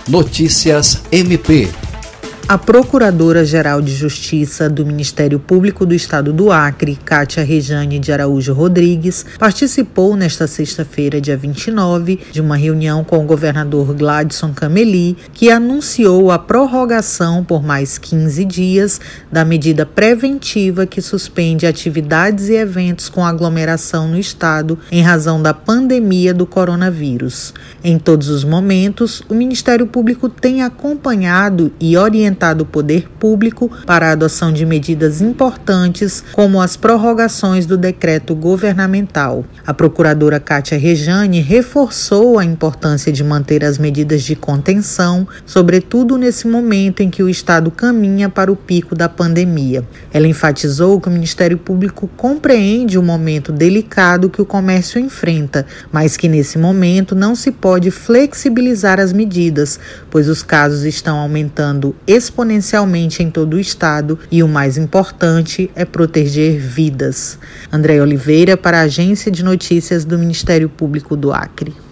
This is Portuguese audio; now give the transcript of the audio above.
Notícias MP. A Procuradora-Geral de Justiça do Ministério Público do Estado do Acre, Kátia Rejane de Araújo Rodrigues, participou nesta sexta-feira, dia 29, de uma reunião com o governador Gladson Cameli, que anunciou a prorrogação por mais 15 dias da medida preventiva que suspende atividades e eventos com aglomeração no estado em razão da pandemia do coronavírus. Em todos os momentos, o Ministério Público tem acompanhado e orientado o poder público para a adoção de medidas importantes, como as prorrogações do decreto governamental. A procuradora Kátia Rejane reforçou a importância de manter as medidas de contenção, sobretudo nesse momento em que o Estado caminha para o pico da pandemia. Ela enfatizou que o Ministério Público compreende o momento delicado que o comércio enfrenta, mas que nesse momento não se pode flexibilizar as medidas, pois os casos estão aumentando exponencialmente em todo o estado e o mais importante é proteger vidas. Andréia Oliveira, para a Agência de Notícias do Ministério Público do Acre.